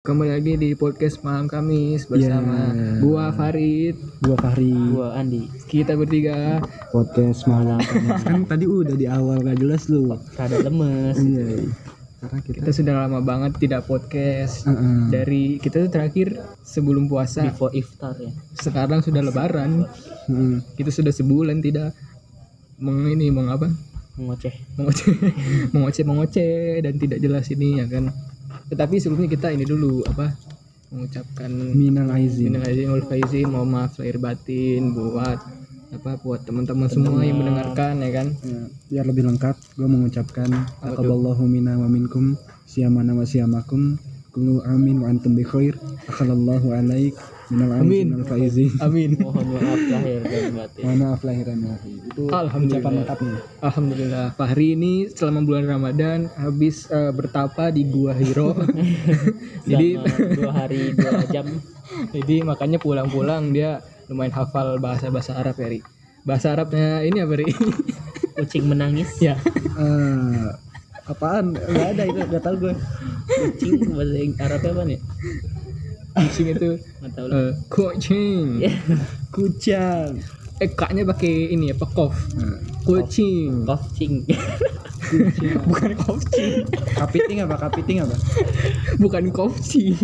Kembali lagi di podcast Malam Kamis bersama gua Farid, Gua Fahri, Gua Andi. kita bertiga. podcast malam Kamis. Kan tadi udah di awal gak jelas lu. Rada lemes. Iya. Karena Kita sudah lama banget tidak podcast. Dari kita tuh terakhir sebelum puasa. Before iftar ya. Sekarang sudah Lebaran. Kita sudah sebulan tidak mengapa? Mengoceh. mengoceh dan tidak jelas ini ya kan. Tetapi sebelumnya kita ini dulu mengucapkan minal aizin wal faizin, mohon maaf lahir batin buat teman-teman semua yang mendengarkan ya kan. ya, biar lebih lengkap gue mengucapkan taqabbalallahu minna wa minkum siyamana wa siyamakum kullu amin wa antum bi khair akhalallahu alaik minal aizin wal faizin. Amin. Mohon maaf lahir dan batin. Mohon maaf lahir dan batin. Itu Alhamdulillah. ucapan lengkapnya. Alhamdulillah, Fahri ini selama bulan Ramadan habis bertapa di Gua Hiro. Jadi 2 hari 2 jam. jadi makanya pulang-pulang dia lumayan hafal bahasa Arab ya, Ri. Bahasa Arabnya ini apa, Ri? Kucing menangis. Ya. Apaan? Enggak ada itu, enggak tahu gue. Kucing bahasa Arabnya apa nih? Kucing itu Enggak tahu. kucing. Kucang. K-nya pakai ini ya, pekof. Kucing. Kucing. Bukan kucing. Kapiting apa? Bukan kucing.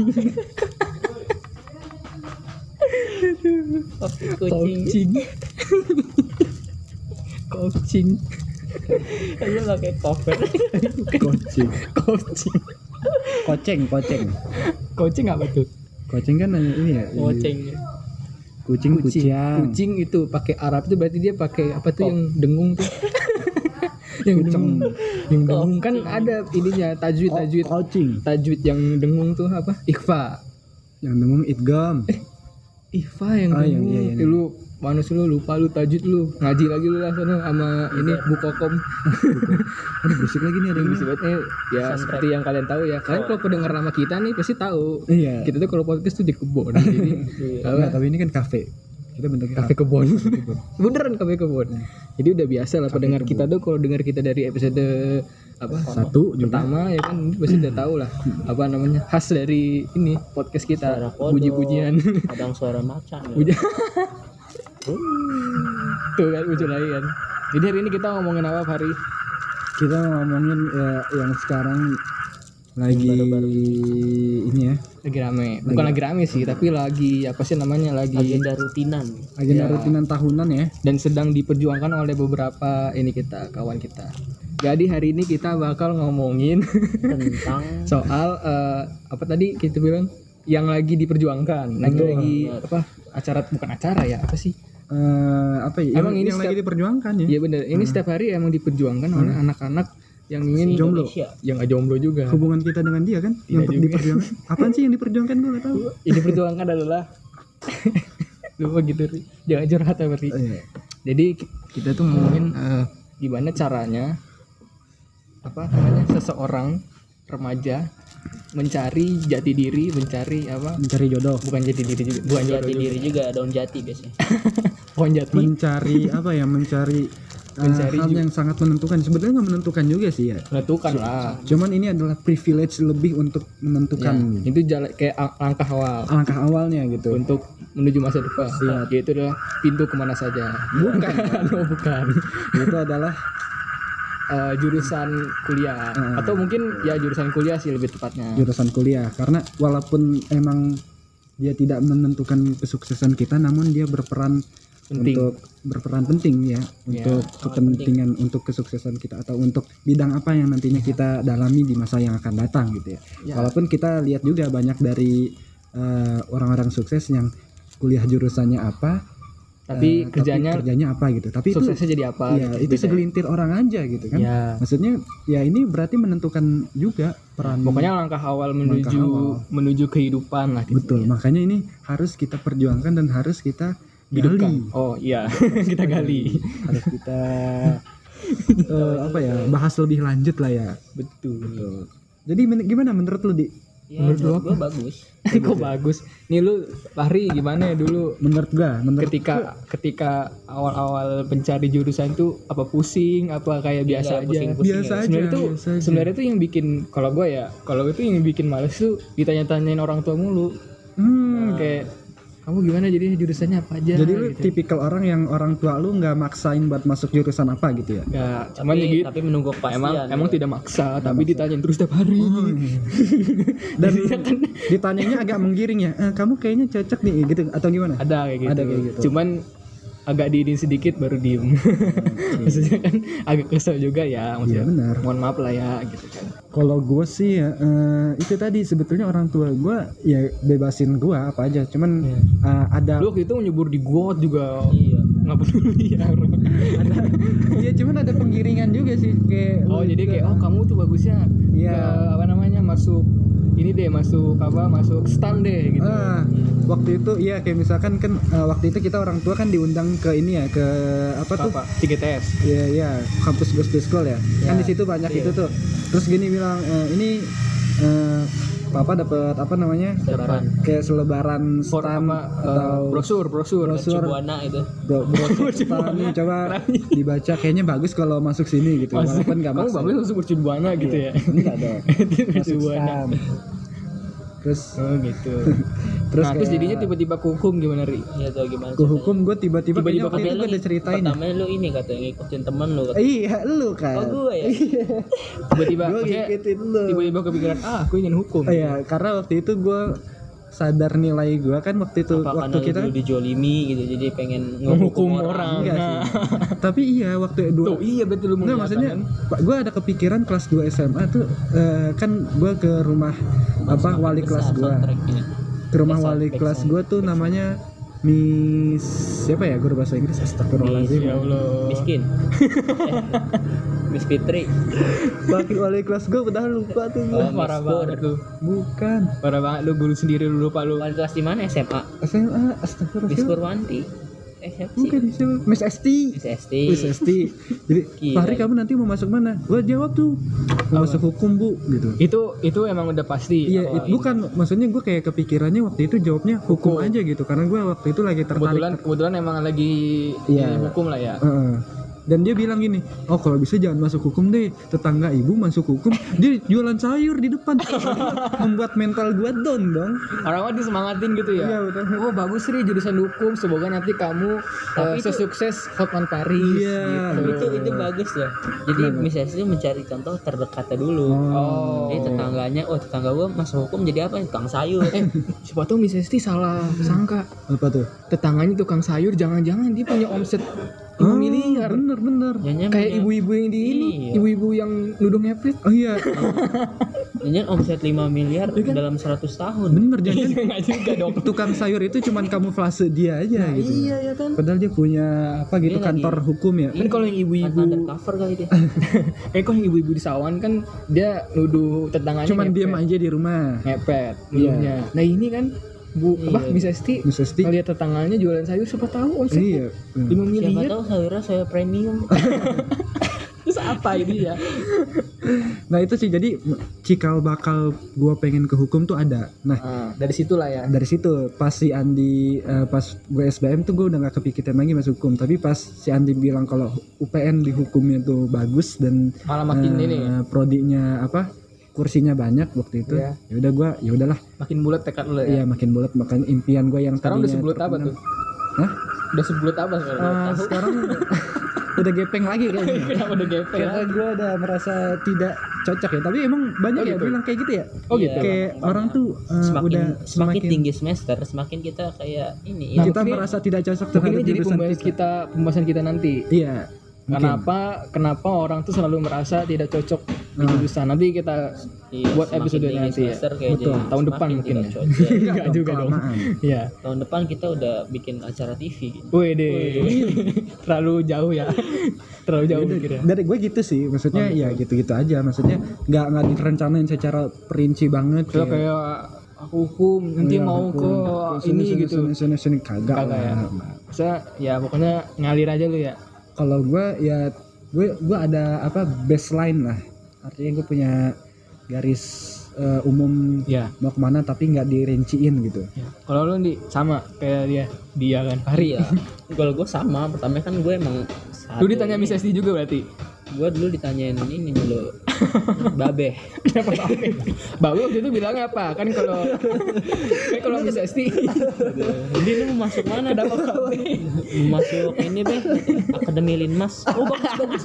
Kucing. Kucing. Lu pakai cover. Kucing. Kucing. Koceng. Kucing apa tuh? Kucing kan ini ya. Kucing. Kucing. Kucing itu pakai Arab itu berarti dia pakai apa tuh yang dengung tuh? Yang dengung. Yang dengung kan ada ininya tajwid. Kucing. Tajwid yang dengung tuh apa? Ikhfa. Yang dengung idgham. Ikhfa yang Oh, dengung. iya. Lu manus lu lupa lu tajwid lu. Ngaji lagi lu lah sana sama ini bukokom. Aduh berisik lagi nih ada yang Berisik banget ya seperti yang kalian tahu ya. Kalian kalau pendengar nama kita nih pasti tahu. Iya. Kita tuh kalau podcast tuh di kebun. Jadi Enggak, tapi ini kan kafe. Kita bentuknya kafe kebun. Beneran kafe kebun. Jadi udah biasa lah pendengar kita tuh kalau dengar kita dari episode satu juga. pertama ya kan pasti udah tahu lah apa namanya khas dari ini podcast kita, Suara kodok, puji-pujian. kadang suara macan. Puji. Tuh kan lucu lagi kan. Jadi hari ini kita ngomongin apa, Hari? Kita ngomongin ya, yang sekarang lagi ini ya. Lagi rame. Bukan lagi rame sih, tapi lagi apa sih namanya? Lagi Agenda rutinan. Agenda Ya. rutinan tahunan ya. dan sedang diperjuangkan oleh beberapa ini kita, kawan kita. Jadi hari ini kita bakal ngomongin Tentang soal apa tadi kita bilang yang lagi diperjuangkan. Lagi bukan acara ya, apa sih? Apa ya? Emang ini yang lagi diperjuangkan ya. Iya benar. Ini setiap hari emang diperjuangkan oleh anak-anak yang ingin Jomblo. yang nggak jomblo juga. Hubungan kita dengan dia kan yang juga. diperjuangkan. Apaan sih yang diperjuangkan gue enggak tahu. Yang diperjuangkan adalah lupa gitu, Ri. Jangan curhat ya, Ri. Iya. Jadi kita tuh ngomongin gimana caranya seseorang remaja mencari jati diri, Mencari jodoh. bukan jati diri juga, bukan jati jodoh diri juga, daun jati biasanya. pohon jati. Mencari apa ya? Mencari hal yang sangat menentukan. Sebenarnya nggak menentukan juga sih ya. Menentukan lah. Cuman ini adalah privilege lebih untuk menentukan Itu jalan kayak langkah awal langkah awalnya gitu. untuk menuju masa depan. Yaitu adalah pintu kemana saja. Bukan. Oh, bukan. Itu adalah Jurusan kuliah atau mungkin ya jurusan kuliah sih lebih tepatnya. jurusan kuliah, karena walaupun emang dia tidak menentukan kesuksesan kita, namun dia berperan penting ya untuk kepentingan untuk kesuksesan kita atau untuk bidang apa yang nantinya kita dalami di masa yang akan datang gitu ya. Walaupun kita lihat juga banyak dari orang-orang sukses yang kuliah jurusannya apa, Tapi kerjanya apa gitu. Tapi suksesnya jadi apa? ya, gitu. itu segelintir orang aja gitu kan. Ya. Maksudnya ya ini berarti menentukan juga peran. Pokoknya langkah awal menuju kehidupan lah gitu. Betul, makanya ini harus kita perjuangkan dan harus kita Hidupkan. gali. Oh iya, kita gali. Harus kita bahas lebih lanjut lah ya. Betul. Jadi gimana menurut lu, Di? Ya, Menurut lu menurut gua bagus. Kok bagus. Nih lu Fahri gimana ya dulu Menurut ketika awal-awal mencari jurusan tuh apa pusing apa kayak biasa aja. pusing-pusing biasa ya. aja. Sebenarnya tuh yang bikin kalau itu yang bikin males tuh ditanya-tanyain orang tua mulu. Kayak kamu gimana jadi jurusannya apa aja? Jadi lu gitu. tipikal orang yang orang tua lu nggak maksain buat masuk jurusan apa gitu ya? Ya, cuman ya gitu. Tapi menunggu kepastian. Emang tidak maksa, tapi ditanyain terus tiap hari. Dan ditanyanya agak menggiring ya. Kamu kayaknya cocok nih gitu atau gimana? Ada kayak gitu. Ada kayak gitu. Cuman agak diinin sedikit baru diem. Maksudnya kan agak kesel juga ya. Maksudnya, Iya, benar. Mohon maaf lah ya gitu kan. Kalau gue sih ya, itu tadi sebetulnya orang tua gue ya bebasin gue apa aja. Cuman ada Lu waktu itu nyebur di got juga. Iya. Nggak peduli ya. ya cuman ada penggiringan juga sih kayak Oh jadi kayak kamu tuh bagusnya Iya. masuk ini deh masuk stan deh gitu. Waktu itu iya kayak misalkan kan waktu itu kita orang tua kan diundang ke ini ya ke apa tuh? 3TS. Iya kampus Gospel School ya. Kan di situ banyak itu tuh. Terus gini bilang ini Papa dapat apa namanya? Selebaran. Kayak selebaran stand atau brosur. Buana itu. brosur stand nih coba dibaca kayaknya bagus kalau masuk sini gitu. Walaupun enggak Kamu masuk. bagus masuk Mercubuana gitu ya. Enggak dong. Masuk Mercubuana. stand. Terus Oh gitu. terus Terus jadinya tiba-tiba ke hukum gimana Ri? Iya tuh gimana? ke hukum gue tiba-tiba kayaknya waktu itu Katanya gue udah ceritain. Pertamanya lu ini katanya ngikutin temen lu. Iya lu kan. Oh gue ya. Tiba-tiba Gue maksudnya ngikutin lu. tiba-tiba kepikiran aku ingin hukum. Iya, karena waktu itu gue sadar nilai gue kan waktu itu Apa waktu karena kita lu dijolimi gitu jadi pengen Menghukum orang. enggak sih. Tapi iya waktu Tuh iya betul lu Enggak maksudnya gue ada kepikiran kelas 2 SMA tuh kan gue ke rumah apa wali kelas gue. Ke rumah wali kelas gue tuh namanya Miss siapa ya guru bahasa Inggris astagfirullahaladzim. Ya Allah. Miskin. Miss Fitri. Wakil wali kelas gue udah lupa tuh gue. Oh, Parah Miss Pur. banget lu. Bukan Parah banget lu guru sendiri lu lupa lu. Wali kelas di mana SMA? SMA Miss astagfirullah. Purwanti. SMP. Bukan siapa? Miss Esti. Miss SD. Miss Esti. Jadi Gila. Fahri kamu nanti mau masuk mana? Gue jawab tuh mau masuk hukum bu gitu. Itu emang udah pasti. Iya, bukan maksudnya gue kayak kepikirannya waktu itu jawabnya hukum aja gitu karena gue waktu itu lagi tertarik. Kebetulan emang lagi Iya. hukum lah ya. Dan dia bilang gini, oh kalau bisa jangan masuk hukum deh, tetangga ibu masuk hukum, dia jualan sayur di depan. Membuat mental gue down dong. Orang mah disemangatin gitu ya. Iya, betul. Oh bagus Ri jurusan hukum, semoga nanti kamu sesukses Hotman Paris. Iya. gitu. Itu bagus loh. Jadi Miss SD mencari contoh terdekatnya dulu. Oh. Jadi tetangga gua masuk hukum jadi apa? Tukang sayur. Siapa tahu Miss Esti salah sangka. Apa tuh? Tetangganya tukang sayur, jangan-jangan dia punya omset 5 miliar. Bener. Jangan Kayak ibu-ibu yang di ini, Iya. ibu-ibu yang nuduh ngepet. Oh iya, Jangan omset 5 miliar dalam 100 tahun. bener jangan Enggak juga dong. tukang sayur itu cuman kamuflase dia aja gitu. Iya ya kan. Padahal dia punya apa gitu Dia kantor hukum ya. Kan kalau yang ibu-ibu Undercover kali dia. kalau yang ibu-ibu di Sawan kan dia nuduh tetangganya Cuman ngepet. diam aja di rumah. Ngepet Iya. nuduhnya. Nah ini kan Bu Miss Esti Miss Esti. ngeliat tetangganya jualan sayur siapa tahu omset Iya. 5 Siapa miliar. tahu sayurnya saya premium. Terus apa ini ya? Nah itu sih jadi cikal bakal gue pengen ke hukum tuh ada. Nah Dari situlah ya. dari situ pas si Andi pas gue SBM tuh gue udah gak kepikiran lagi masuk hukum. Tapi pas si Andi bilang kalau UPN di hukumnya tuh bagus dan Malah makin ini prodinya apa kursinya banyak waktu itu. Iya. Ya udah gue ya udahlah. makin bulat tekad lu ya. Iya makin bulat makanya impian gue yang Sekarang udah tadinya sebulat apa tuh? Hah? Udah sebulat apa sekarang? Sekarang udah gepeng lagi kayaknya. Kenapa udah gepeng? Karena gue udah merasa tidak cocok ya. Tapi emang banyak Oh, ya gitu? bilang kayak gitu ya. Oh gitu. Kayak orang tuh Semakin tinggi semester, semakin kita kayak ini. kita mungkin- merasa tidak cocok Mungkin terhadap ini jadi jurusan pembahasan kita nanti. Iya. mungkin. Kenapa orang tuh selalu merasa tidak cocok di jurusan. Nanti kita buat semakin episode tinggi nanti ya. semester kayak Betul. jadi Tahun depan semakin mungkin tidak ya. cocok. Enggak juga dong. Kelamaan. Iya. Tahun depan kita udah bikin acara TV gitu. Wih deh. Terlalu jauh ya. Terlalu jauh mikirnya. Dari gue gitu sih, maksudnya ya gitu-gitu aja, maksudnya nggak direncanain secara perinci banget. Kayak aku hukum nanti Iya, mau hukum, ke ini gitu. sini kagak Kagak ya. lah. Maksudnya ya pokoknya ngalir aja lu ya. Kalau gue ya gue ada apa baseline lah, artinya gue punya garis umum Ya. mau kemana tapi nggak dirinciin gitu. Ya. Kalau lu nih sama kayak dia kan Fahri. Iya. Kalau gue sama, pertama kan gue emang Lu ditanya Miss SD juga berarti. Gue dulu ditanyain ini dulu Babe. Kenapa Babe? Babe waktu itu bilangnya apa? Kan kalau Miss SD. Jadi lu mau masuk mana? Kenapa Babe? Mau masuk ini Be, Akademi Linmas. Oh bagus.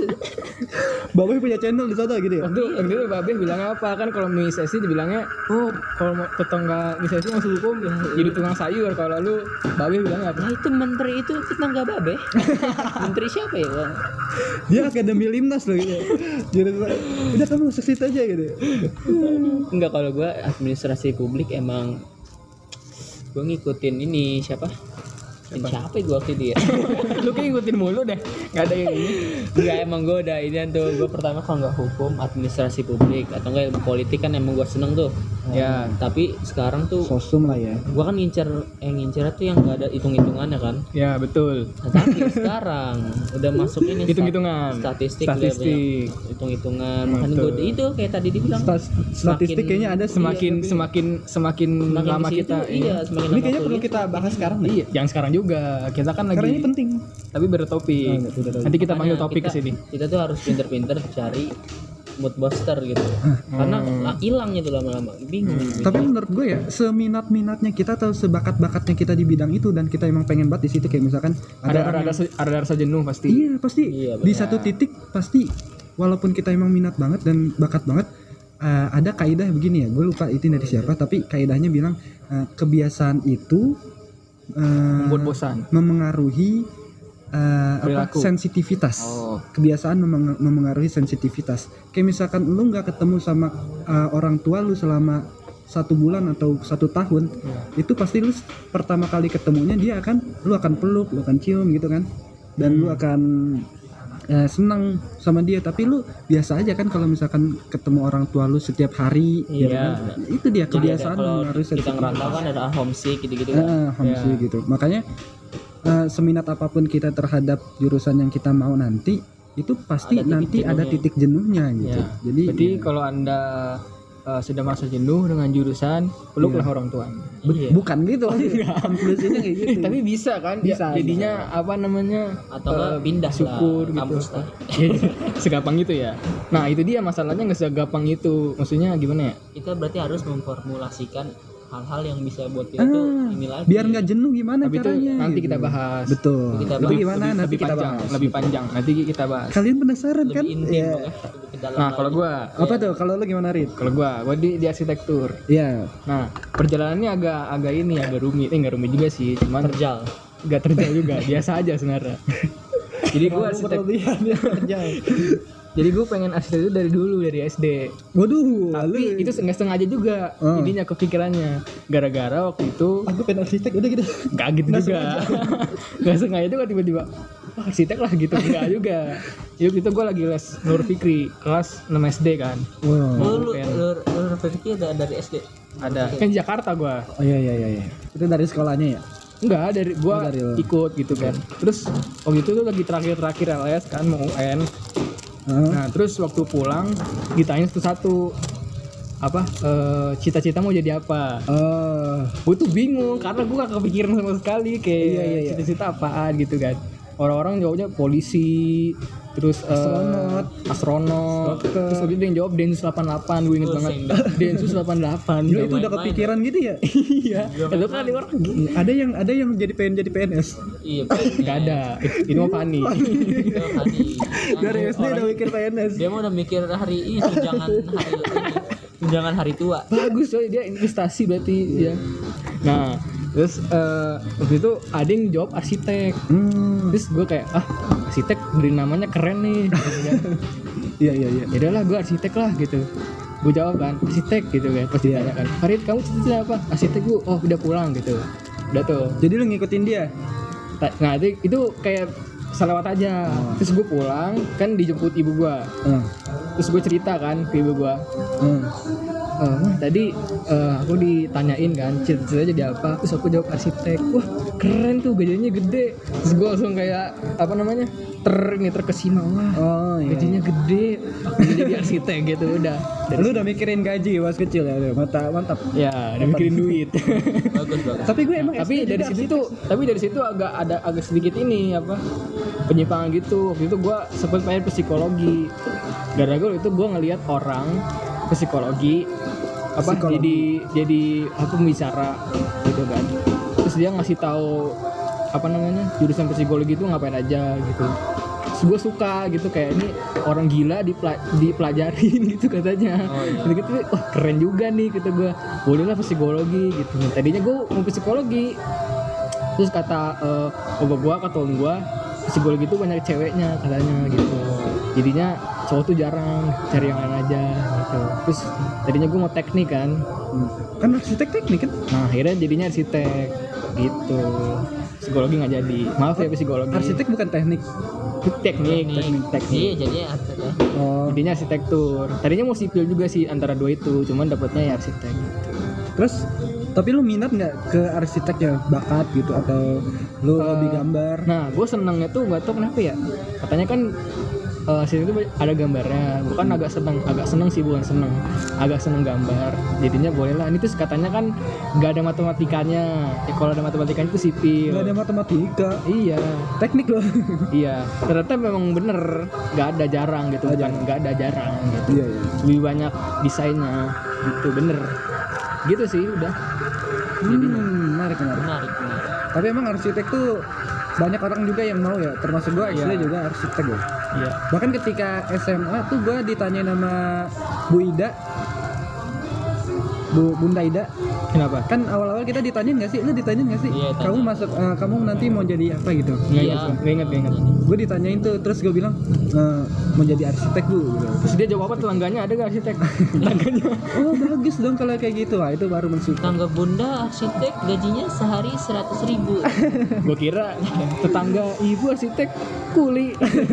Bapak punya channel di sana gitu ya. Waktu itu Babe bilangnya apa? Kan kalau Miss SD dibilangnya, oh kalau mau tetangga Miss SD masuk hukum jadi tukang sayur. Kalau lu Babe bilangnya apa? Nah itu menteri itu tetangga Babe. Menteri siapa ya Bang? Dia Akademi Limnas loh gitu. Jadi udah kamu masuk situ aja gitu. Enggak, kalau gue administrasi publik emang gue ngikutin ini siapa gue waktu itu ya. Lu kayak ngikutin mulu deh. Gak ada yang ini. Enggak, emang gue udah ini tuh. Gue pertama kalau nggak hukum, administrasi publik atau enggak ilmu politik kan emang gue seneng tuh. Ya. Tapi sekarang tuh Sosum lah ya. gue kan ngincer tuh yang nggak ada hitung-hitungannya kan. Ya betul. Nah, tapi sekarang udah masuk ini Hitung-hitungan. statistik. Statistik. Hitung-hitungan. Makanya Betul. gue itu kayak tadi dibilang Statistik kayaknya ada sih. Semakin lama di situ, kita iya semakin Ini lama kayaknya perlu kuliah. kita bahas sekarang nih. Iya, yang sekarang juga kita kan Karena ini lagi penting. tapi bertopik. Oh, betul. Nanti kita panggil Makanya topik ke sini. Kita tuh harus pinter-pinter cari mood booster gitu. Karena hilangnya tuh lama-lama. Bingung. Tapi menurut gue ya, seminat-minatnya kita atau sebakat-bakatnya kita di bidang itu dan kita emang pengen banget di situ, kayak misalkan Ada rasa jenuh pasti. iya pasti Iya, di satu titik pasti walaupun kita emang minat banget dan bakat banget, ada kaidah begini ya, gue lupa itu dari siapa, tapi kaidahnya bilang kebiasaan itu Membuat bosan. memengaruhi Perilaku. sensitivitas. Oh. Kebiasaan memengaruhi sensitivitas. Kayak misalkan lu nggak ketemu sama orang tua lu selama 1 bulan atau 1 tahun, itu pasti lu pertama kali ketemunya lu akan peluk, lu akan cium gitu kan, dan lu akan senang sama dia. Tapi lu biasa aja kan kalau misalkan ketemu orang tua lu setiap hari. Iya. gitu kan. Itu dia Jadi kebiasaan ada, kalau memengaruhi kita sensitivitas. ngerantau kan ada homesick gitu-gitu kan. Homesick gitu. Makanya seminat apapun kita terhadap jurusan yang kita mau nanti, itu pasti Ada titik nanti ada jenuhnya. titik jenuhnya gitu. Ya. Jadi Berarti kalau Anda sudah merasa jenuh dengan jurusan, peluklah orang tua. Iya. bukan gitu. Konklusinya kayak gitu. Tapi bisa kan? Bisa, Jadinya apa namanya? Atau nggak pindah syukur lah gitu. kampus lah. Segampang itu ya. Nah, itu dia masalahnya nggak segampang itu. Maksudnya gimana ya? Kita berarti harus memformulasikan hal-hal yang bisa buat kita tuh ini lagi. biar nggak jenuh gimana Tapi itu caranya nanti gitu. kita bahas. Betul. Kita Itu bahas. gimana nanti kita panjang, bahas. lebih panjang. Nanti kita bahas. Kalian penasaran kan? Lebih intim Iya. dong ya, lebih ke dalam Nah, lagi. kalau gua Apa tuh? Kalau lu gimana, Rit? Kalau gua di arsitektur. Iya. Nah, perjalanannya agak rumit. Enggak rumit juga sih, cuman terjal. enggak terjal juga, biasa aja sebenarnya. Jadi gua arsitek. Jadi gua pengen arsitektur dari dulu, dari SD. Waduh, Tapi itu nggak sengaja juga ininya kepikirannya. Gara-gara waktu itu aku pengen arsitek udah gitu. nggak gitu juga. Nggak sengaja juga tiba-tiba "Wah, arsitek lah gitu, enggak juga. Yuk itu gue lagi les Nur Fikri kelas 6 SD kan. Wow. Lu Fikri ada dari SD. Ada kan di Jakarta gue. Oh iya. Itu dari sekolahnya ya? Enggak, dari gue dari lo. ikut gitu kan. Terus waktu itu tuh lagi terakhir LS kan mau UN. Nah terus waktu pulang ditanya satu-satu apa cita-cita mau jadi apa. Gue tuh bingung karena gue gak kepikiran sama sekali kayak Iya. cita-cita apaan gitu kan. Orang-orang jawabnya polisi, terus astronot, terus waktu itu yang jawab Densus 88, gue inget banget Densus 88. Gila, itu udah kepikiran gitu ya? Iya. Lu kan ada orang ada yang pengen jadi PNS. Iya. nggak ada. Itu mah Fani. Dari SD udah mikir PNS. Dia mau udah mikir hari ini tunjangan hari tua. Bagus coy, dia investasi berarti ya. Nah, terus waktu itu ada yang jawab arsitek. Terus gue kayak arsitek beri namanya keren nih gitu kan. Iya. Ya udahlah gue arsitek lah gitu. Gue jawab kan arsitek gitu kan. Pasti tanya kan, Farid kamu cita-cita apa? Arsitek. Gue udah pulang gitu. Udah tuh. Jadi lu ngikutin dia? Nah itu kayak salawat aja. Terus gue pulang kan dijemput ibu gue. Terus gue cerita kan ke ibu gue. tadi aku ditanyain kan cita-cita jadi apa, terus aku jawab arsitek. Wah keren tuh, gajinya gede. Terus gue langsung kayak apa namanya terkesima, wah gajinya gede, aku jadi arsitek gitu. Udah Lu udah mikirin gaji pas kecil ya, mantap. ya udah mikirin duit. Bagus. Tapi gue emang tapi SD dari juga situ dari situ agak sedikit ini apa penyimpangan gitu. Waktu itu gue sempet pengen psikologi, gara-gara itu gue ngelihat orang psikologi apa jadi apa pembicara gitu kan, terus dia ngasih tahu apa namanya jurusan psikologi itu ngapain aja gitu. Terus gue suka gitu, kayak ini orang gila dipelajarin gitu katanya. Gitu wah keren juga nih kata gue, bolehlah psikologi gitu. Tadinya gue mau psikologi, terus kata kata om gue psikologi itu banyak ceweknya katanya gitu, jadinya cowok tuh jarang, cari yang lain aja gitu. Terus tadinya gue mau teknik kan arsitek teknik kan. nah akhirnya jadinya arsitek gitu. Psikologi nggak jadi, maaf ya psikologi. Arsitek bukan teknik. teknik. Iya, jadi arsitek. Jadinya arsitektur. Tadinya mau sipil juga sih antara dua itu, cuman dapatnya ya arsitek gitu. Terus tapi lu minat nggak ke arsitek ya, bakat gitu, atau lu hobi gambar? Nah, gue senengnya tuh nggak tahu kenapa ya. Katanya kan sini tuh ada gambarnya. Gue kan agak seneng sih, bukan seneng, agak seneng gambar. Jadinya boleh lah. Ini tuh katanya kan nggak ada matematikanya. Kalau ada matematikanya itu sipil. Nggak ada matematika. Iya. Teknik loh. Iya. Ternyata memang bener nggak ada, jarang gitu. Bukan nggak ada, jarang gitu. Iya. Lebih banyak desainnya gitu, bener. Gitu sih udah. Menarik. Tapi emang arsitek tuh banyak orang juga yang mau ya, termasuk gua SD juga arsitek ya. Iya. Bahkan ketika SMA tuh gua ditanyain sama Bunda Ida. Kenapa? Kan awal-awal kita ditanyain nggak sih? Lu ditanyain nggak sih? Iya, kamu masuk, kamu nanti mau jadi apa gitu? Iya. Nggak inget. Gue ditanyain tuh, terus gue bilang mau jadi arsitek Bu. Gitu. Terus dia jawab apa, tetangganya ada gak arsitek? Tetangganya. Oh bagus dong kalau kayak gitu. Wah itu baru mensupport. Tangga bunda arsitek gajinya sehari 100.000. Gue kira tetangga ibu arsitek kuli.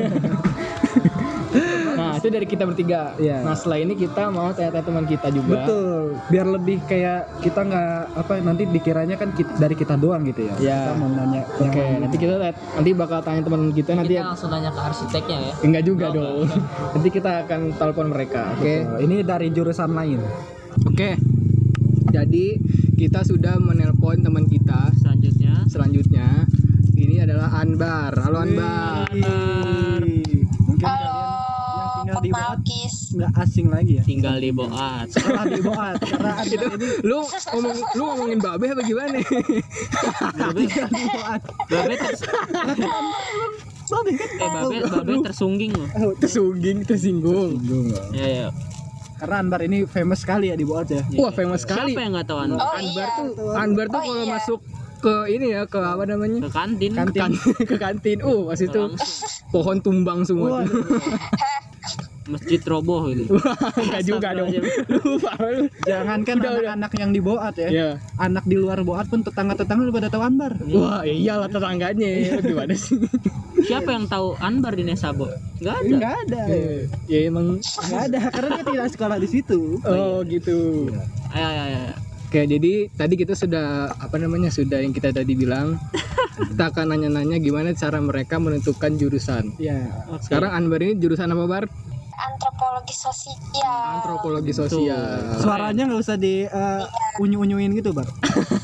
Nah itu dari kita bertiga. Iya. Nah setelah ini kita mau tanya-tanya teman kita juga. Betul. Biar lebih kayak kita nggak apa nanti dikiranya kan dari kita doang gitu ya. Iya. Kita mau nanya. Oke, nanti kita nanti bakal tanya teman kita nanti. Kita langsung nanya ke arsiteknya ya. Enggak juga dong. Nanti kita akan telepon mereka. Oke. Ini dari jurusan lain. Oke. Jadi kita sudah menelpon teman kita selanjutnya. Ini adalah Anbar. Halo Anbar. Mungkin kalian yang tinggal di Boat nggak asing lagi ya. Tinggal di Boat. Setelah di Boat, karena Anbar ini Lu ngomongin babe apa gimana? tinggal di Boat. Babe tersungging loh. Tersinggung. Ya. Karena Anbar ini famous sekali ya di Boat ya. Wah, famous sekali. Siapa yang nggak tahu Anda? Anbar tuh kalau masuk ke ini ya, ke apa namanya? Ke kantin. Ke kantin. Pas itu pohon tumbang semua. Masjid roboh gitu. Enggak juga dong. Lupa lu. Jangankan anak-anak yang di Boat ya. Iya. Anak di luar Boat pun tetangga-tetangga udah pada tahu Anbar. Wah, iyalah tetangganya. Gimana sih? Siapa yang tahu Anbar di Nesabo? Enggak ada. Enggak ada. Ya emang Enggak ada karena dia tidak sekolah di situ. oh gitu. Ayo. Oke, jadi tadi kita sudah sudah yang kita tadi bilang. Kita akan nanya-nanya gimana cara mereka menentukan jurusan. Iya. Sekarang Anbar ini jurusan apa, Bar? Antropologi sosial. Suaranya nggak usah di unyu-unyuin gitu, Bar.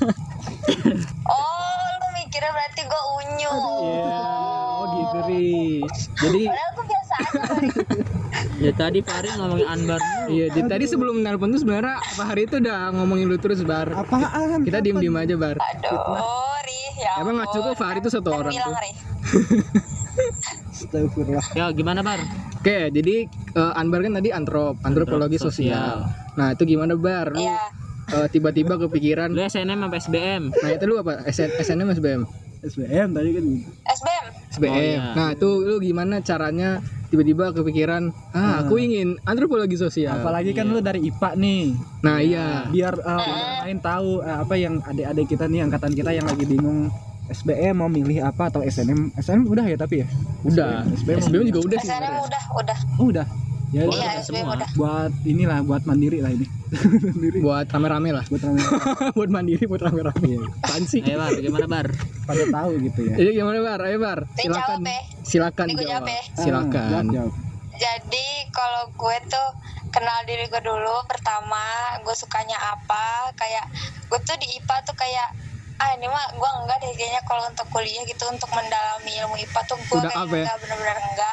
Oh, lu mikirnya berarti gue unyu. Iya. Oh gitu, Ri. Jadi Padahal gue biasa aja. Ya tadi Farid ngomongin Anbar. iya, tadi sebelum nelpon tuh sebenarnya Pak Hari itu udah ngomongin lu terus, Bar. Apaan? Kita diem-diem aja, Bar. Aduh, Ri, ya Emang nggak cukup Fahri itu satu orang bilang, tuh. Ri. Astagfirullah. Ya gimana Bar? Oke, jadi Anbar kan tadi antropologi sosial. Nah itu gimana, Bar? Lu Iya. tiba-tiba kepikiran. Lu SNM apa SBM? Nah itu lu apa? SNM SBM? SBM tadi kan. SBM. SBM. Oh, iya. Nah itu lu gimana caranya tiba-tiba kepikiran aku ingin antropologi sosial. Apalagi kan lu dari IPA nih. Nah iya. Biar orang lain tahu apa yang adik-adik kita nih, angkatan kita yang lagi bingung SBM mau milih apa atau SNM. SNM udah ya tapi ya? Udah. SBM SBM juga udah sih. SNM sebenarnya. udah. Oh udah. Ya, Iya, SBM udah. buat inilah, buat mandiri lah ini. Mandiri. Buat rame-rame lah. Buat rame. Buat mandiri, buat rame-rame. Iya. Apaan sih? Ayo Bar, gimana Bar? Pada tahu gitu ya. Jadi gimana Bar? Ayo Bar. Ini jawab, ya. Silakan Ini gue jawab. jawab, ya. Silakan. Jawab. Jadi kalau gue tuh kenal diri gue dulu, pertama gue sukanya apa, kayak gue tuh di IPA tuh kayak ini mah gue enggak deh kayaknya kalau untuk kuliah gitu, untuk mendalami ilmu IPA tuh gue Udah kayaknya apa ya? enggak, bener-bener enggak.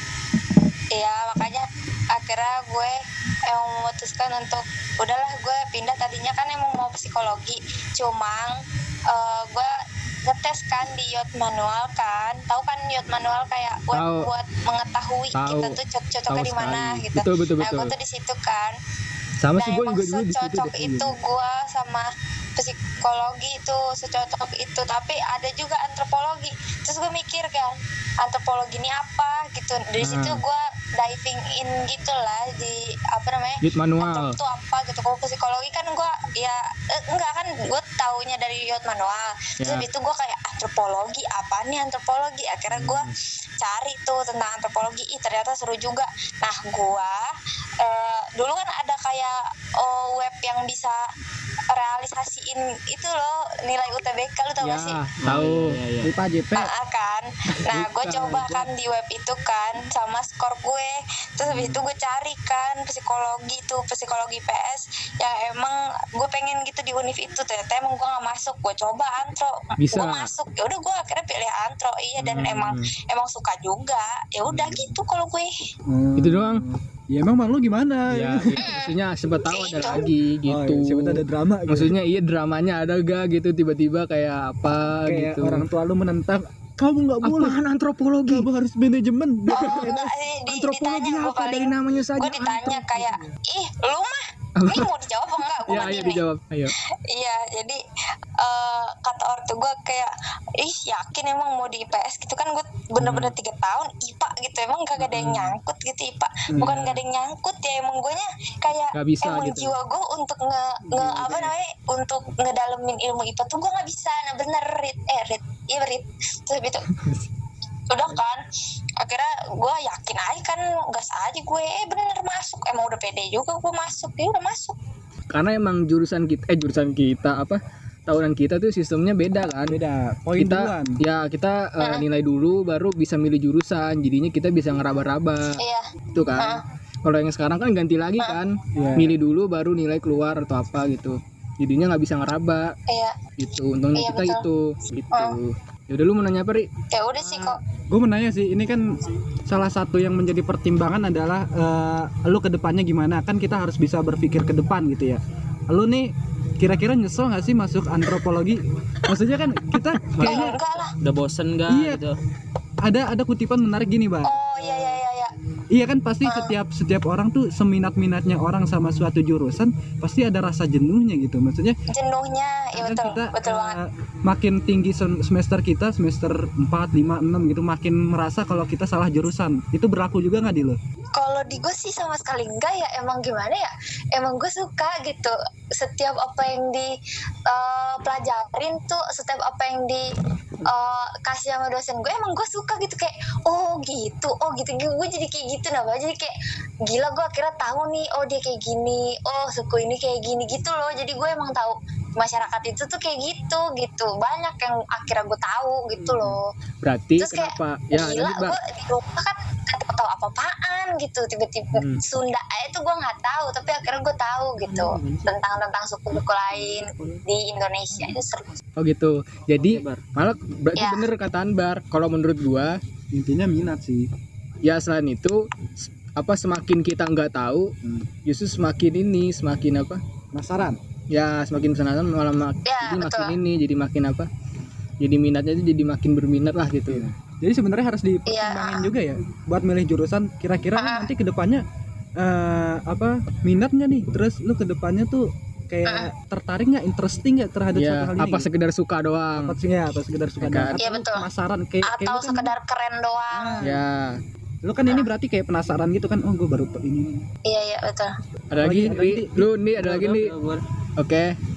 Iya, makanya akhirnya gue emang memutuskan untuk udahlah, gue pindah. Tadinya kan emang mau psikologi, cuma gue ngetes kan di Yot Manual kan, tahu kan Yot Manual kayak Tahu. buat mengetahui Tahu. kita tuh cocoknya Tahu di mana sekali. gitu. Betul. Nah gue tuh di situ kan. Sama Nah sih gue emang juga dulu di situ secocok deh. itu gue sama psikologi itu, secocok itu. Tapi ada juga antropologi. Terus gue mikir kan, antropologi ini apa gitu. Dari situ gue diving in gitu lah di apa namanya, Yot Manual. antrop itu apa gitu. Kalau psikologi kan gue ya enggak kan, gue taunya dari Yot Manual. Terus Ya. habis itu gue kayak antropologi, apa nih antropologi. Akhirnya gue cari tuh tentang antropologi, ternyata seru juga. Nah gue dulu kan ada kayak web yang bisa realisasiin itu loh, nilai UTBK, lu tau Ya, gak sih? tahu. IPA JP. Kan, nah gue Bukan, coba kan di web itu kan sama skor gue. Terus habis itu gue cari kan psikologi PS yang emang gue pengen gitu di univ itu. Ternyata emang gue nggak masuk. Gue coba antro, Bisa. gue masuk. Ya udah gue akhirnya pilih antro. Iya, dan emang suka juga. Ya udah gitu kalau gue. Itu doang. Ya emang malu gimana? Ya, gitu. Maksudnya siapa tahu ada Gitu. lagi gitu. Oh, iya, siapa tahu ada drama gitu. Maksudnya iya, dramanya ada gak gitu, tiba-tiba kayak apa Kayak gitu. orang tua lu menentang, kamu nggak boleh, Apaan antropologi? kamu harus manajemen. Oh, enggak sih, Antropologi ditanya gue apa dari paling. namanya saja? Gue ditanya kayak, ih lu mah, ini mau dijawab apa enggak? Gue Ya, mah ayo gini. dijawab. Ayo. Iya, jadi kata ortu gue kayak, ih yakin emang mau di IPS gitu kan. Gue bener-bener 3 tahun IPA gitu, emang gak ada yang nyangkut gitu IPA. Bukan gak ada yang nyangkut ya, emang gue nya kayak Gak bisa emang gitu. jiwa gue untuk apa namanya, untuk ngedalemin ilmu IPA tuh gue gak bisa. Nah bener Rit. Terus itu udah kan, akhirnya gue yakin aja kan, gas aja gue, bener masuk. Emang udah pede juga gue masuk, ya udah masuk. Karena emang jurusan kita apa? Tahunan kita tuh sistemnya beda kan. Beda. Poin Kita duluan. ya kita nilai dulu baru bisa milih jurusan. Jadinya kita bisa ngeraba-raba. Iya. Itu kan. Kalau yang sekarang kan ganti lagi kan. Iya. Milih dulu baru nilai keluar atau apa gitu. Jadinya nggak bisa ngeraba Iya. gitu. Untungnya Iya, kita betul. itu gitu. Ya udah, lu mau nanya apa, Ri? Ya udah sih kok. Gue mau nanya sih, ini kan salah satu yang menjadi pertimbangan adalah lu ke depannya gimana? Kan kita harus bisa berpikir ke depan gitu ya. Lu nih kira-kira nyesel nggak sih masuk antropologi? Maksudnya kan kita kayaknya Enggak lah. Udah bosen gak Iya. gitu? ada kutipan menarik gini, Bang. Oh iya. Iya kan, pasti setiap orang tuh seminat-minatnya orang sama suatu jurusan pasti ada rasa jenuhnya gitu. Maksudnya Jenuhnya, ya kadang betul, betul banget. makin tinggi semester kita, semester 4, 5, 6 gitu, makin merasa kalau kita salah jurusan. Itu berlaku juga nggak di lo? Kalau di gue sih sama sekali enggak ya. Emang gimana ya, emang gue suka gitu. Setiap apa yang di pelajarin tuh, setiap apa yang di kasih sama dosen gue, emang gue suka gitu. Kayak oh gitu gue jadi kayak gitu. Nah jadi kayak gila, gue akhirnya tahu nih, oh dia kayak gini, oh suku ini kayak gini gitu loh. Jadi gue emang tahu masyarakat itu tuh kayak gitu. Banyak yang akhirnya gue tahu gitu loh. Berarti Terus kayak kenapa? Ya, gila, lanjut, Bar. gue di rumah kan gak tahu apa-apaan gitu. Tiba-tiba Sunda itu gue nggak tahu, tapi akhirnya gue tahu gitu tentang suku-suku lain di Indonesia. Itu seru. Oh gitu. Jadi Bar. malah berarti Ya. bener kataan Bar. Kalau menurut gua, Intinya minat sih. ya selain itu semakin kita nggak tahu, justru semakin apa? Penasaran. Ya semakin penasaran malah Ya, jadi betul. makin makin apa? Jadi minatnya itu jadi makin berminat lah gitu. Jadi sebenarnya harus dipertimbangin juga ya buat milih jurusan. Kira-kira lu nanti kedepannya minat nggak nih? Terus lu kedepannya tuh kayak tertarik nggak, interesting nggak terhadap Ya, suatu hal ini? apa gitu? sekedar suka doang. Apa sih ya? Apa sekedar suka Ya doang? kan? Atau Iya, lu betul. penasaran kayak Atau lu kan, sekedar keren doang. Ya, lu kan ini berarti kayak penasaran gitu kan? Oh, gue baru ini. Iya betul. ada lagi, Ada Ri. lagi. Lu nih ada lagi nih. Gua- Oke.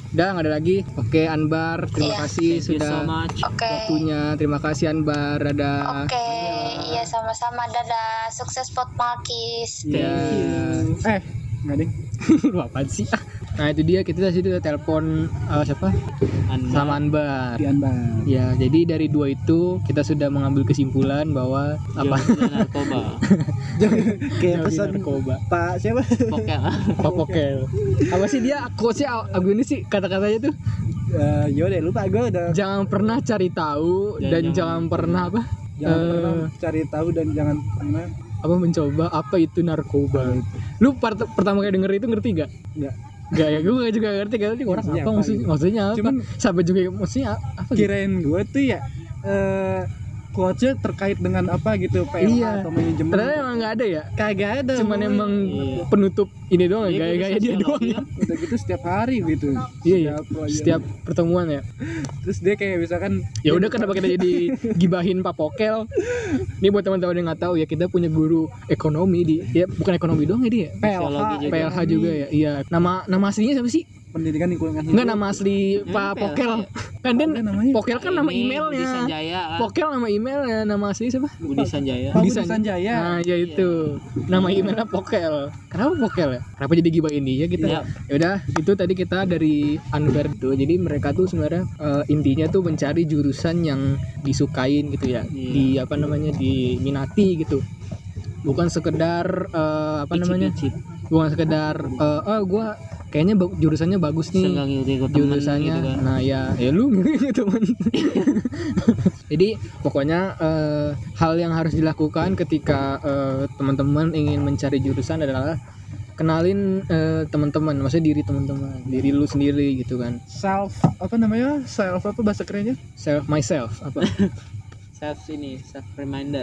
Udah nggak ada lagi. Oke Anbar, terima Iya. kasih Thank you so sudah much. Oke. waktunya. Terima kasih Anbar. Dadah. Oke, iya sama-sama. Dadah. Sukses buat Malkis. Ya. Nggak ding. Lu apaan sih? Nah itu dia, kita tadi udah telepon siapa? Sama Anbar. Di Anbar. Ya, jadi dari dua itu kita sudah mengambil kesimpulan bahwa apa? Jauh narkoba. Kayak Jauhi pesan narkoba. Pak siapa? Pokel. Pokel. Apa sih dia? Quotesnya ini sih kata-katanya tuh. Yaudah lupa gue udah. Jangan pernah cari tahu dan jangan pernah apa? Jangan pernah cari tahu dan jangan pernah Apa mencoba apa itu narkoba. Lu pertama kali denger itu ngerti gak? Enggak. Gak ya, gue juga gak ngerti kan ini orang Maksudnya apa apa maksudnya apa? Cuman Sampai juga maksudnya apa gitu? kirain gue tuh ya quotes-nya terkait dengan apa gitu PLH Iya. atau manajemen. Ternyata emang gak ada ya? Kagak ada. Cuman pokoknya. emang Iya. penutup ini doang ya, Iya, gaya-gaya dia sosiologi doang ya. Udah gitu setiap hari gitu. Iya iya. pelajaran. Setiap pertemuan ya. Terus dia kayak misalkan Ya udah kenapa kita jadi gibahin Pak Pokel? Ini buat teman-teman yang nggak tahu ya, kita punya guru ekonomi di ya bukan ekonomi doang ya dia. Sosiologi juga. PLH juga ya. Iya. Nama aslinya siapa sih? pendidikan lingkungan hidup. Enggak, nama asli Pak PLH. Pokel. Kan dia Apa namanya? Pokel kan nama Ini Budi emailnya. Sanjaya kan. Pokel nama emailnya, nama asli siapa? Budi Sanjaya. Pak Budi San- Sanjaya. Nah, ya itu. Nama emailnya Pokel. Kenapa Pokel ya? Kenapa jadi gibahin dia kita? Iya. Ya udah, itu tadi kita dari Anbar tuh. Jadi mereka tuh sebenarnya intinya tuh mencari jurusan yang disukain gitu ya. Iya. Di apa namanya? Diminati gitu. Bukan sekedar apa namanya? Icip-icip. Bukan sekedar gua kayaknya jurusannya bagus nih. Seenggak ngikut temen Jurusannya gitu kan. nah ya lu teman. Jadi pokoknya hal yang harus dilakukan ketika teman-teman ingin mencari jurusan adalah kenalin teman-teman, maksudnya diri teman-teman, diri lu sendiri gitu kan. Self apa namanya? Self apa bahasa kerennya? Myself apa? Self reminder.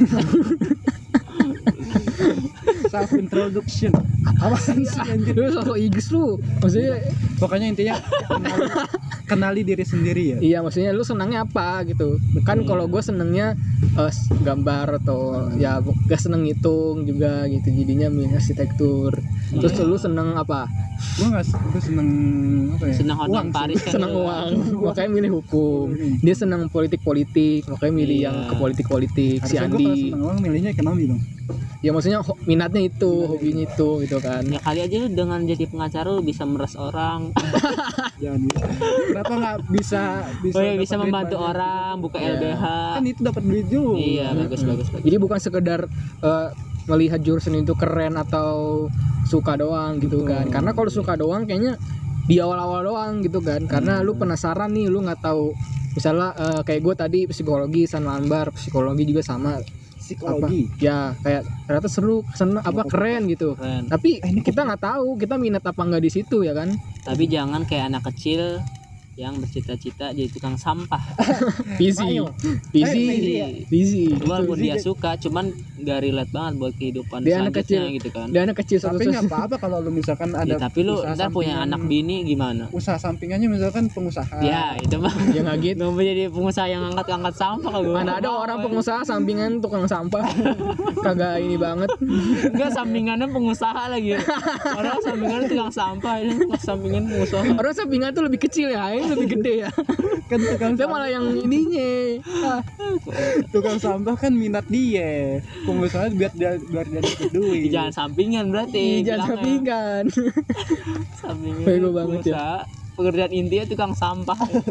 Self introduction. Apaan sih anjir? Lu sosok igis lu. Maksudnya Pokoknya intinya kenali diri sendiri ya. iya, maksudnya lu senangnya apa gitu. Kan kalau gue senengnya gambar atau ya gak seneng ngitung juga gitu. Jadinya milih arsitektur. Terus lu seneng apa? Gue seneng apa ya? Senang hotel Uang sih. Paris kan. Seneng uang, makanya milih hukum. Dia seneng politik-politik, makanya milih Iya. yang ke politik-politik. Si Harusnya gue kalau Andi. seneng uang milihnya ekonomi dong. Ya maksudnya minatnya itu, hobinya itu gitu kan. Ya kali aja lu dengan jadi pengacara lu bisa meres orang. Jangan gitu. Kenapa nggak bisa Oh ya, dapat bisa duit membantu banyak? orang, buka Iya. LBH. Kan itu dapat duit juga. Iya, bagus. Jadi bukan sekedar melihat jurusan itu keren atau suka doang gitu kan. Karena kalau suka doang kayaknya di awal-awal doang gitu kan. Karena lu penasaran nih, lu nggak tahu. Misalnya kayak gue tadi psikologi, San Lambar psikologi juga sama. Psikologi. Ya kayak ternyata seru, seneng apa keren gitu. Keren. Tapi kita nggak tahu kita minat apa nggak di situ ya kan. Tapi jangan kayak anak kecil yang bercita-cita jadi tukang sampah. Busy, busy. Walaupun dia suka, cuman gak relate banget buat kehidupan Dia anak selanjutnya kecil. gitu kan. Dia anak kecil Tapi nggak apa-apa kalau lu misalkan ada. Ya, tapi lu usaha ntar punya sampingan- anak bini gimana? Usaha sampingannya misalkan pengusaha. Ya itu mah. Ya nggak gitu. Nggak mau jadi pengusaha yang angkat-angkat sampah kalau gua. Mana ada orang pengusaha sampingan tukang sampah. Kagak ini banget. Enggak, sampingannya pengusaha lagi. Orang sampingannya tukang sampah, ini sampingan pengusaha. Orang sampingan tuh lebih kecil ya, ini lebih gede ya. Kan Dia malah yang ininya. tukang sampah kan minat dia. Pengusaha biar dia dapat duit. Jangan sampingan berarti. Jangan sampingan. Sampingan. Bego banget ya. pengusaha. Pekerjaan intinya tukang sampah.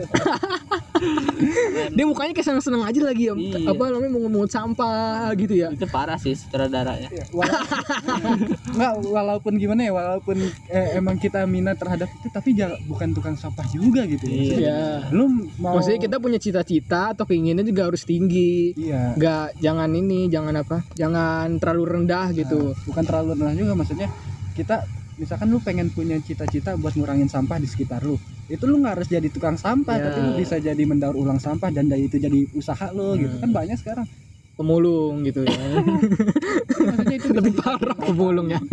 Dia mukanya kayak seneng-seneng aja lagi ya. Iya. Apa namanya mau ngomong sampah gitu ya. Itu parah sih sutradaranya. Ya, walaupun gimana ya, walaupun emang kita minat terhadap itu, tapi bukan tukang sampah juga gitu. Iya. Iya. Lu mau Maksudnya kita punya cita-cita atau keinginan juga harus tinggi. iya. Jangan terlalu rendah gitu. Bukan terlalu rendah juga, maksudnya kita misalkan lu pengen punya cita-cita buat ngurangin sampah di sekitar lu, itu lu nggak harus jadi tukang sampah, Ya. tapi lu bisa jadi mendaur ulang sampah dan dari itu jadi usaha lu gitu kan, banyak sekarang. Pemulung gitu ya. Maksudnya itu Lebih parah pemulung ya.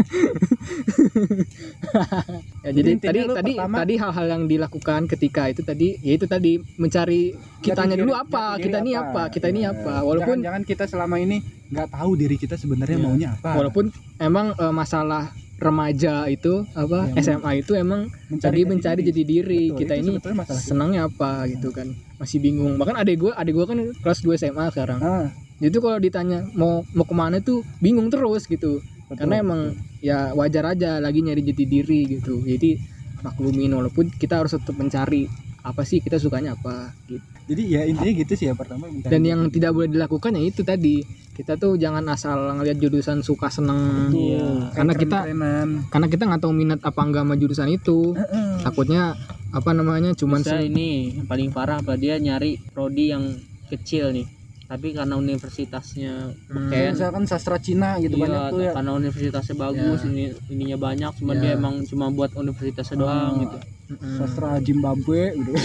Ya, jadi intinya tadi lu tadi pertama- tadi hal-hal yang dilakukan ketika itu tadi, yaitu tadi mencari kitanya dulu apa, kita ini apa, kita ini apa. Walaupun jangan kita selama ini nggak tahu diri kita sebenarnya Iya. maunya apa. walaupun emang masalah remaja itu apa SMA itu emang mencari jati diri. Betul, kita itu ini sebetulnya masalah kita. senangnya apa gitu kan, masih bingung. Bahkan adik gue kan kelas 2 SMA sekarang. Itu kalau ditanya mau kemana tuh bingung terus gitu. Betul. Karena emang ya wajar aja lagi nyari jati diri gitu. Jadi maklumin, walaupun kita harus tetap mencari apa sih kita sukanya apa gitu. Jadi ya intinya gitu sih ya, pertama mencari Dan yang tidak boleh dilakukan ya itu tadi, kita tuh jangan asal ngelihat jurusan suka seneng. Iya. Karena kita nggak tahu minat apa enggak sama jurusan itu. Takutnya apa namanya cuman Bisa ini yang paling parah apa, dia nyari prodi yang kecil nih, tapi karena universitasnya kayak misalkan sastra Cina gitu iya, banyak tuh ya. karena universitasnya bagus, ininya banyak, cuma dia emang cuma buat universitasnya doang gitu. Sastra Zimbabwe gitu.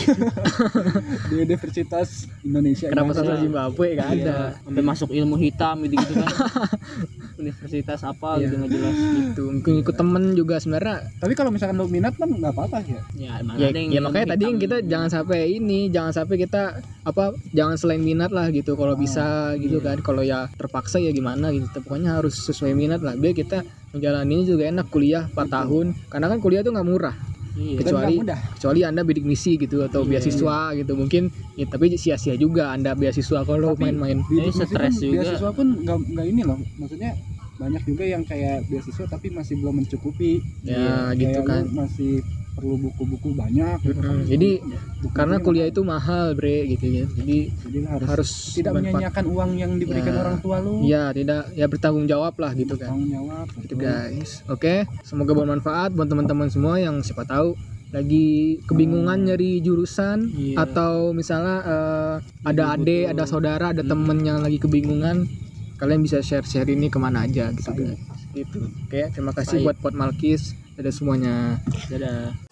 Di Universitas Indonesia. Kenapa sastra Zimbabwe gak ada. Sampai masuk ilmu hitam gitu kan. Universitas apa gitu nggak jelas. Gitu. Mungkin ikut temen juga sebenarnya. Tapi kalau misalkan lo minat kan nggak apa-apa ya. Ya makanya tadi yang kita jangan sampai kita jangan selain minat lah gitu. Kalau bisa gitu kan. Kalau ya terpaksa ya gimana gitu. Pokoknya harus sesuai minat lah. Biar kita menjalani juga enak, kuliah 4 tahun. Karena kan kuliah tuh nggak murah. Kecuali Anda bidik misi gitu atau beasiswa gitu mungkin ya, tapi sia-sia juga Anda beasiswa kalau main-main. Stres juga. Beasiswa pun nggak ini loh, maksudnya banyak juga yang kayak beasiswa tapi masih belum mencukupi. Ya gitu kan. Masih perlu buku-buku banyak gitu. Jadi karena kuliah itu mahal bre gitu ya. Jadi harus tidak menyanyiakan uang yang diberikan orang tua lu. Ya tidak, ya bertanggung jawab lah gitu kan. Bertanggung jawab gitu guys. Oke, semoga bermanfaat buat teman-teman semua yang siapa tahu lagi kebingungan nyari jurusan atau misalnya ada adik, ada saudara, ada temen yang lagi kebingungan, kalian bisa share ini kemana aja gitu guys. Gitu. Oke, terima kasih buat Pot Malkis. Dadah semuanya. Dadah.